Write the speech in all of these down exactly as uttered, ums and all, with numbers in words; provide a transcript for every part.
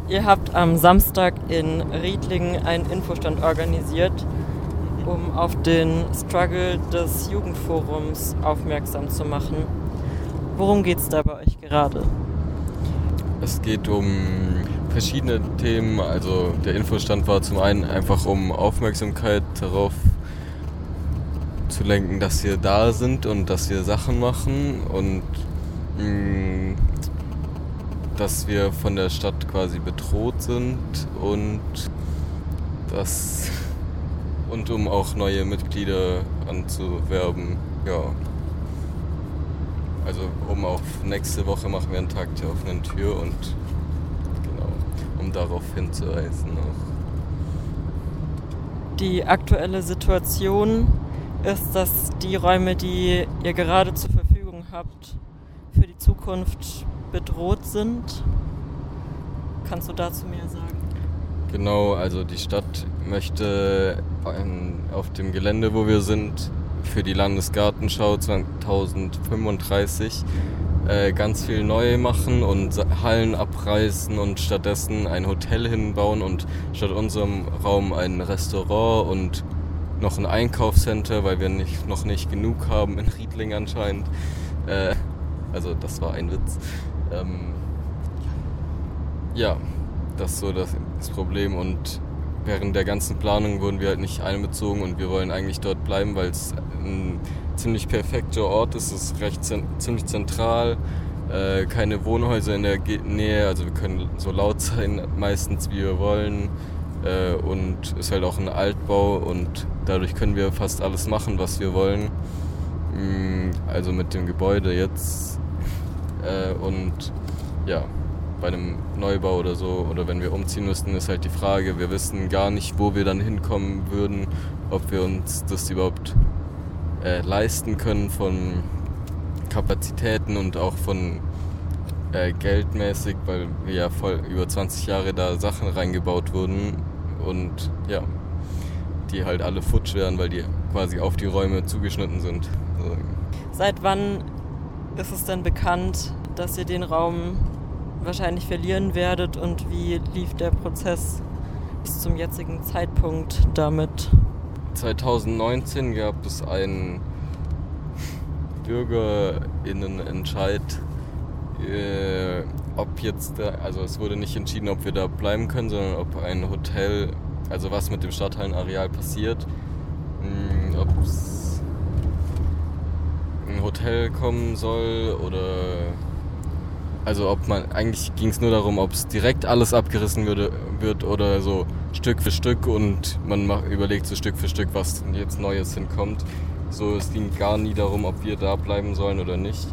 Ihr habt am Samstag in Riedlingen einen Infostand organisiert, um auf den Struggle des Jugendforums aufmerksam zu machen. Worum geht es da bei euch gerade? Es geht um verschiedene Themen. Also der Infostand war zum einen einfach, um Aufmerksamkeit darauf zu lenken, dass wir da sind und dass wir Sachen machen und mh, dass wir von der Stadt quasi bedroht sind und das und um auch neue Mitglieder anzuwerben. Ja. Also um auf nächste Woche machen wir einen Tag der offenen Tür und genau, um darauf hinzuweisen auch. Die aktuelle Situation ist, dass die Räume, die ihr gerade zur Verfügung habt, für die Zukunft bedroht sind. Kannst du dazu mehr sagen? Genau, also die Stadt möchte auf dem Gelände, wo wir sind, für die Landesgartenschau zwanzig fünfunddreißig äh, ganz viel neu machen und Hallen abreißen und stattdessen ein Hotel hinbauen und statt unserem Raum ein Restaurant und noch ein Einkaufscenter, weil wir nicht, noch nicht genug haben in Riedlingen anscheinend. Äh, also das war ein Witz. Ähm, ja, das ist so das, das Problem und während der ganzen Planung wurden wir halt nicht einbezogen und wir wollen eigentlich dort bleiben, weil es ein ziemlich perfekter Ort ist. Es ist recht zen- ziemlich zentral, äh, keine Wohnhäuser in der Ge- Nähe, also wir können so laut sein meistens wie wir wollen äh, und ist halt auch ein Altbau und dadurch können wir fast alles machen, was wir wollen. Also mit dem Gebäude jetzt äh, und ja, bei einem Neubau oder so oder wenn wir umziehen müssten, ist halt die Frage, wir wissen gar nicht, wo wir dann hinkommen würden, ob wir uns das überhaupt äh, leisten können von Kapazitäten und auch von äh, geldmäßig, weil wir ja voll über zwanzig Jahre da Sachen reingebaut wurden und ja, die halt alle futsch werden, weil die quasi auf die Räume zugeschnitten sind. Also, seit wann ist es denn bekannt, dass ihr den Raum wahrscheinlich verlieren werdet und wie lief der Prozess bis zum jetzigen Zeitpunkt damit? zwanzig neunzehn gab es einen BürgerInnenentscheid, äh, ob jetzt, da, also es wurde nicht entschieden, ob wir da bleiben können, sondern ob ein Hotel, also was mit dem Stadthallenareal passiert, mh, ob es ein Hotel kommen soll oder also ob man, eigentlich ging es nur darum, ob es direkt alles abgerissen würde, wird oder so Stück für Stück und man macht, überlegt so Stück für Stück, was jetzt Neues hinkommt. So, es ging gar nie darum, ob wir da bleiben sollen oder nicht.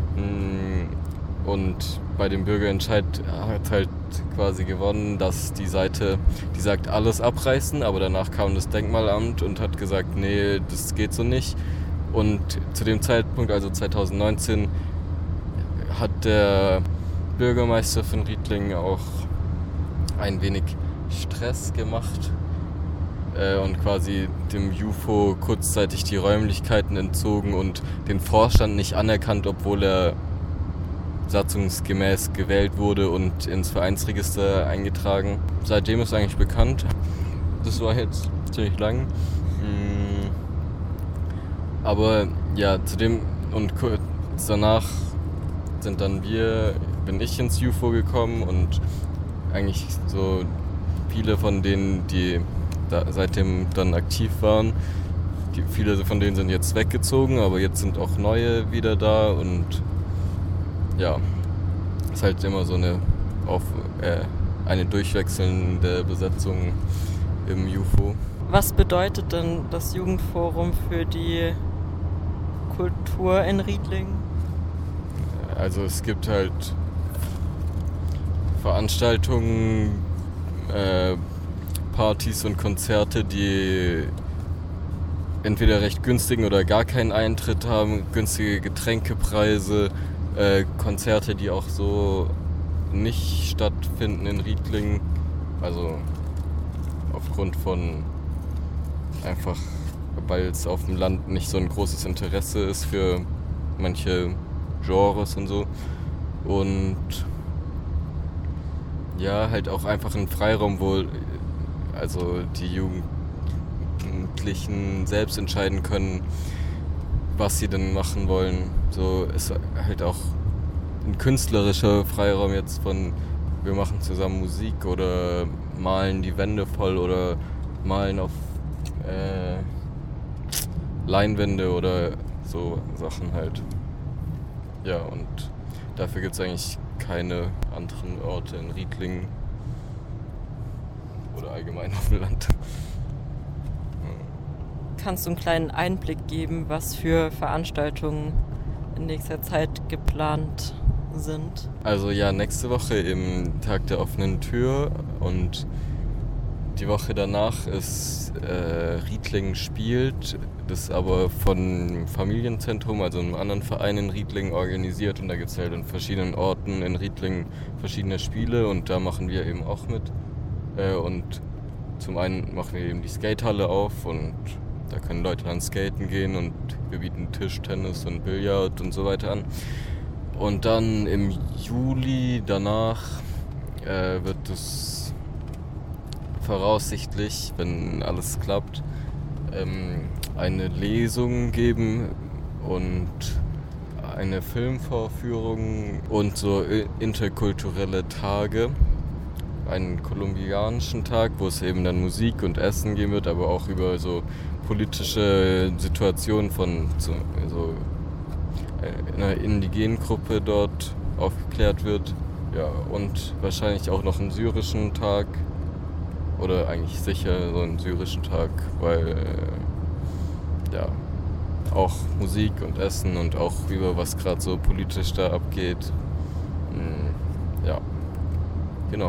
Und bei dem Bürgerentscheid hat halt quasi gewonnen, dass die Seite, die sagt alles abreißen, aber danach kam das Denkmalamt und hat gesagt, nee, das geht so nicht. Und zu dem Zeitpunkt, also zwanzig neunzehn, hat der Bürgermeister von Riedlingen auch ein wenig Stress gemacht äh, und quasi dem U F O kurzzeitig die Räumlichkeiten entzogen und den Vorstand nicht anerkannt, obwohl er satzungsgemäß gewählt wurde und ins Vereinsregister eingetragen. Seitdem ist eigentlich bekannt. Das war jetzt ziemlich lang. Aber ja, zudem und kurz danach sind dann wir, bin ich ins U F O gekommen und eigentlich so viele von denen, die da seitdem dann aktiv waren, die, viele von denen sind jetzt weggezogen, aber jetzt sind auch neue wieder da und ja, ist halt immer so eine, auf, äh, eine durchwechselnde Besetzung im U F O. Was bedeutet denn das Jugendforum für die Kultur in Riedlingen? Also es gibt halt Veranstaltungen, äh, Partys und Konzerte, die entweder recht günstigen oder gar keinen Eintritt haben, günstige Getränkepreise, äh, Konzerte, die auch so nicht stattfinden in Riedlingen, also aufgrund von einfach, weil es auf dem Land nicht so ein großes Interesse ist für manche Genres und so. Und ja, halt auch einfach ein Freiraum, wo also die Jugendlichen selbst entscheiden können, was sie denn machen wollen. So ist halt auch ein künstlerischer Freiraum jetzt von, wir machen zusammen Musik oder malen die Wände voll oder malen auf äh, Leinwände oder so Sachen halt. Ja, und dafür gibt es eigentlich keine anderen Orte in Riedlingen oder allgemein auf dem Land. Kannst du einen kleinen Einblick geben, was für Veranstaltungen in nächster Zeit geplant sind? Also ja, nächste Woche im Tag der offenen Tür und die Woche danach ist äh, Riedlingen spielt, das ist aber von Familienzentrum, also einem anderen Verein in Riedlingen organisiert und da gibt es halt in verschiedenen Orten in Riedlingen verschiedene Spiele und da machen wir eben auch mit. Äh, und zum einen machen wir eben die Skatehalle auf und da können Leute dann skaten gehen und wir bieten Tischtennis und Billard und so weiter an. Und dann im Juli danach äh, wird es voraussichtlich, wenn alles klappt, ähm, eine Lesung geben und eine Filmvorführung und so interkulturelle Tage. Einen kolumbianischen Tag, wo es eben dann Musik und Essen geben wird, aber auch über so politische Situationen von so, so einer indigenen Gruppe dort aufgeklärt wird. Ja, und wahrscheinlich auch noch einen syrischen Tag. Oder eigentlich sicher so einen syrischen Tag, weil äh, ja, auch Musik und Essen und auch über was gerade so politisch da abgeht. Mm, ja, genau.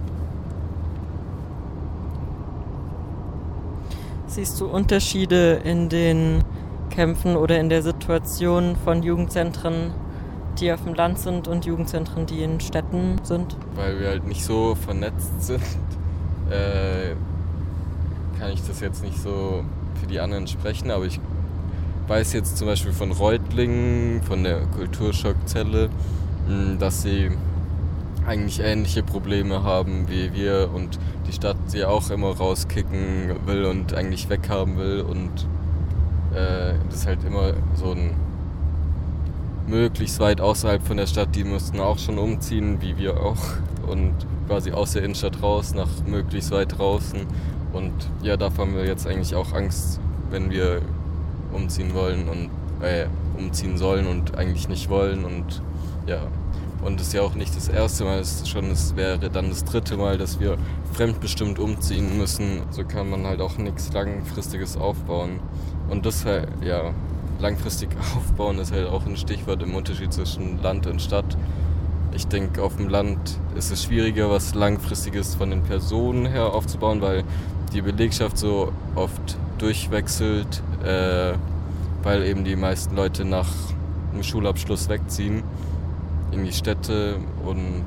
Siehst du Unterschiede in den Kämpfen oder in der Situation von Jugendzentren, die auf dem Land sind und Jugendzentren, die in Städten sind? Weil wir halt nicht so vernetzt sind. Äh, kann ich das jetzt nicht so für die anderen sprechen, aber ich weiß jetzt zum Beispiel von Reutlingen, von der Kulturschockzelle, dass sie eigentlich ähnliche Probleme haben wie wir und die Stadt sie auch immer rauskicken will und eigentlich weghaben will und äh, das ist halt immer so ein möglichst weit außerhalb von der Stadt, die mussten auch schon umziehen, wie wir auch und quasi aus der Innenstadt raus, nach möglichst weit draußen und ja, davor haben wir jetzt eigentlich auch Angst, wenn wir umziehen wollen und äh, umziehen sollen und eigentlich nicht wollen und ja, und es ist ja auch nicht das erste Mal, es schon, es wäre dann das dritte Mal, dass wir fremdbestimmt umziehen müssen, so kann man halt auch nichts Langfristiges aufbauen und das halt, ja, langfristig aufbauen ist halt auch ein Stichwort im Unterschied zwischen Land und Stadt. Ich denke, auf dem Land ist es schwieriger, was Langfristiges von den Personen her aufzubauen, weil die Belegschaft so oft durchwechselt, äh, weil eben die meisten Leute nach dem Schulabschluss wegziehen in die Städte und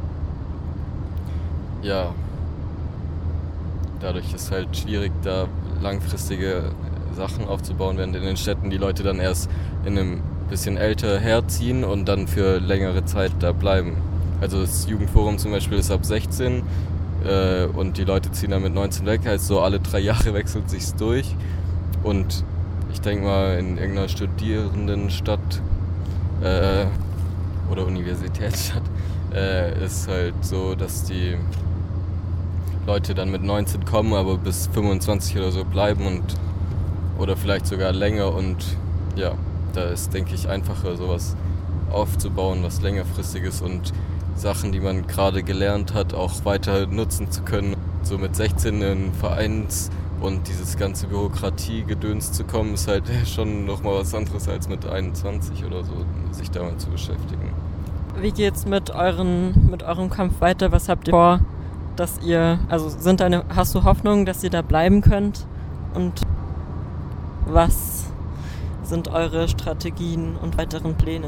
ja, dadurch ist es halt schwierig, da langfristige Sachen aufzubauen, während in den Städten die Leute dann erst in einem bisschen älter herziehen und dann für längere Zeit da bleiben. Also das Jugendforum zum Beispiel ist ab sechzehn äh, und die Leute ziehen dann mit neunzehn weg, heißt so alle drei Jahre wechselt sich's durch und ich denke mal in irgendeiner Studierendenstadt äh, oder Universitätsstadt äh, ist halt so, dass die Leute dann mit neunzehn kommen, aber bis fünfundzwanzig oder so bleiben und oder vielleicht sogar länger und ja, da ist, denke ich, einfacher, sowas aufzubauen, was längerfristiges und Sachen, die man gerade gelernt hat, auch weiter nutzen zu können. So mit sechzehn in Vereins- und dieses ganze Bürokratie-Gedöns zu kommen, ist halt schon nochmal was anderes als mit einundzwanzig oder so, sich damit zu beschäftigen. Wie geht's mit euren, mit eurem Kampf weiter? Was habt ihr vor, dass ihr, also sind deine, hast du Hoffnung, dass ihr da bleiben könnt? Und was sind eure Strategien und weiteren Pläne?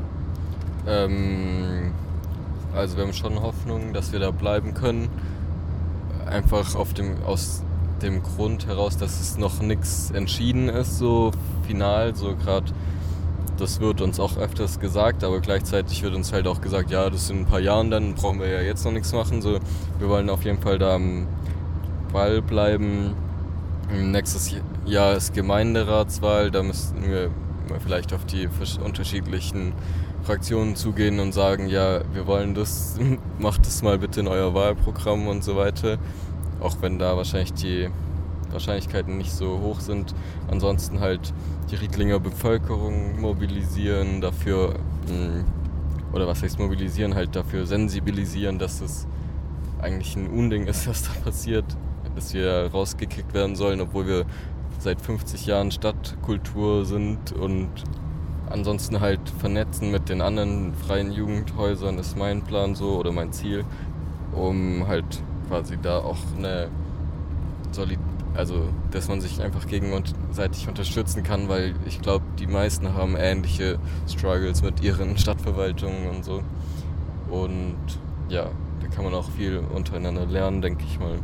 Ähm, also wir haben schon Hoffnung, dass wir da bleiben können. Einfach auf dem, aus dem Grund heraus, dass es noch nichts entschieden ist, so final. So gerade das wird uns auch öfters gesagt, aber gleichzeitig wird uns halt auch gesagt, ja, das sind ein paar Jahren, dann brauchen wir ja jetzt noch nichts machen. So, wir wollen auf jeden Fall da am Ball bleiben. Nächstes Jahr ist Gemeinderatswahl, da müssten wir vielleicht auf die unterschiedlichen Fraktionen zugehen und sagen, ja, wir wollen das, macht das mal bitte in euer Wahlprogramm und so weiter. Auch wenn da wahrscheinlich die Wahrscheinlichkeiten nicht so hoch sind. Ansonsten halt die Riedlinger Bevölkerung mobilisieren dafür, oder was heißt mobilisieren, halt dafür sensibilisieren, dass es eigentlich ein Unding ist, was da passiert, dass wir rausgekickt werden sollen, obwohl wir seit fünfzig Jahren Stadtkultur sind. Und ansonsten halt vernetzen mit den anderen freien Jugendhäusern ist mein Plan so, oder mein Ziel, um halt quasi da auch eine Solid also dass man sich einfach gegenseitig unterstützen kann, weil ich glaube, die meisten haben ähnliche Struggles mit ihren Stadtverwaltungen und so. Und ja, da kann man auch viel untereinander lernen, denke ich mal.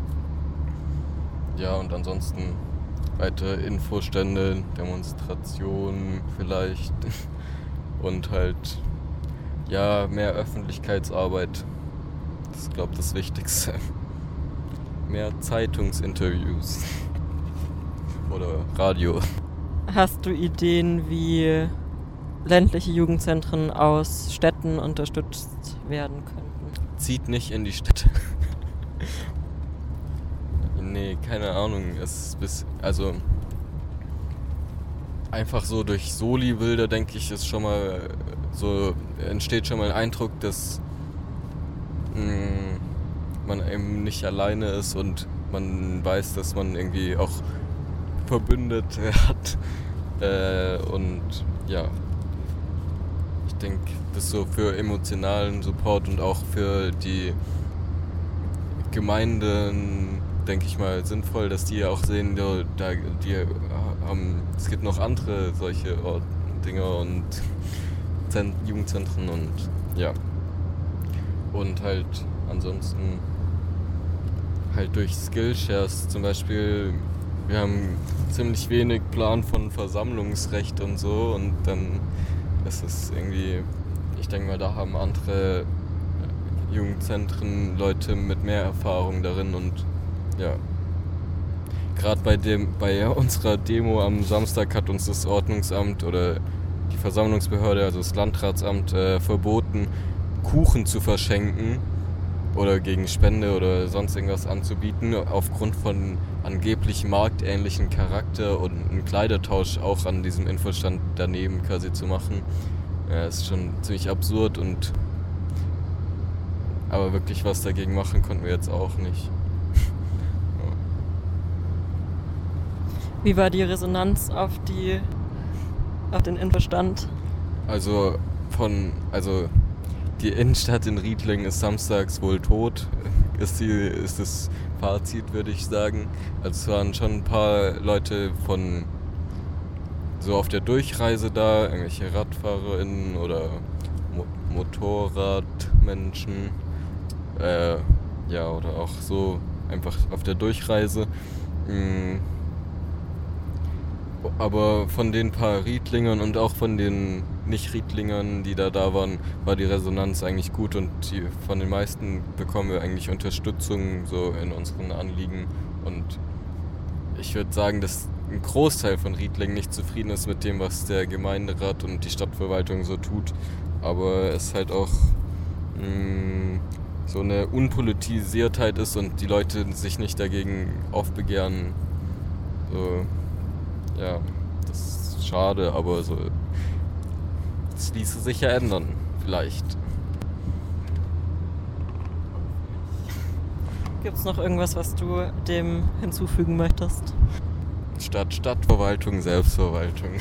Ja, und ansonsten weitere Infostände, Demonstrationen vielleicht und halt ja, mehr Öffentlichkeitsarbeit. Das ist, glaube ich, das Wichtigste. Mehr Zeitungsinterviews oder Radio. Hast du Ideen, wie ländliche Jugendzentren aus Städten unterstützt werden könnten? Zieht nicht in die Städte. Nee, keine Ahnung. Es ist bis, also einfach so durch Soli-Bilder, denke ich, ist schon mal so, entsteht schon mal ein Eindruck, dass mh, man eben nicht alleine ist und man weiß, dass man irgendwie auch Verbündete hat. Äh, und ja, ich denke, das ist so für emotionalen Support und auch für die Gemeinden, denke ich mal, sinnvoll, dass die ja auch sehen, da, die haben, es gibt noch andere solche Ort, Dinge und Zent- Jugendzentren und ja. Und halt ansonsten halt durch Skillshares zum Beispiel, wir haben ziemlich wenig Plan von Versammlungsrecht und so und dann ist es irgendwie, ich denke mal, da haben andere Jugendzentren Leute mit mehr Erfahrung darin und ja. Gerade bei dem, bei unserer Demo am Samstag hat uns das Ordnungsamt oder die Versammlungsbehörde, also das Landratsamt, äh, verboten, Kuchen zu verschenken oder gegen Spende oder sonst irgendwas anzubieten, aufgrund von angeblich marktähnlichen Charakter und einen Kleidertausch auch an diesem Infostand daneben quasi zu machen. Ja, ist schon ziemlich absurd und aber wirklich was dagegen machen konnten wir jetzt auch nicht. Wie war die Resonanz auf die auf den Infostand? Also von also die Innenstadt in Riedling ist samstags wohl tot, ist, die, ist das Fazit, würde ich sagen. Also es waren schon ein paar Leute von so auf der Durchreise da, irgendwelche RadfahrerInnen oder Mo- Motorradmenschen, äh, ja, oder auch so einfach auf der Durchreise. Mhm. Aber von den paar Riedlingern und auch von den Nicht-Riedlingern, die da da waren, war die Resonanz eigentlich gut und die, von den meisten bekommen wir eigentlich Unterstützung so in unseren Anliegen. Und ich würde sagen, dass ein Großteil von Riedling nicht zufrieden ist mit dem, was der Gemeinderat und die Stadtverwaltung so tut. Aber es halt auch mh, so eine Unpolitisiertheit ist und die Leute sich nicht dagegen aufbegehren. So. Ja, das ist schade, aber so, das ließe sich ja ändern, vielleicht. Gibt es noch irgendwas, was du dem hinzufügen möchtest? Stadt, Stadtverwaltung, Selbstverwaltung.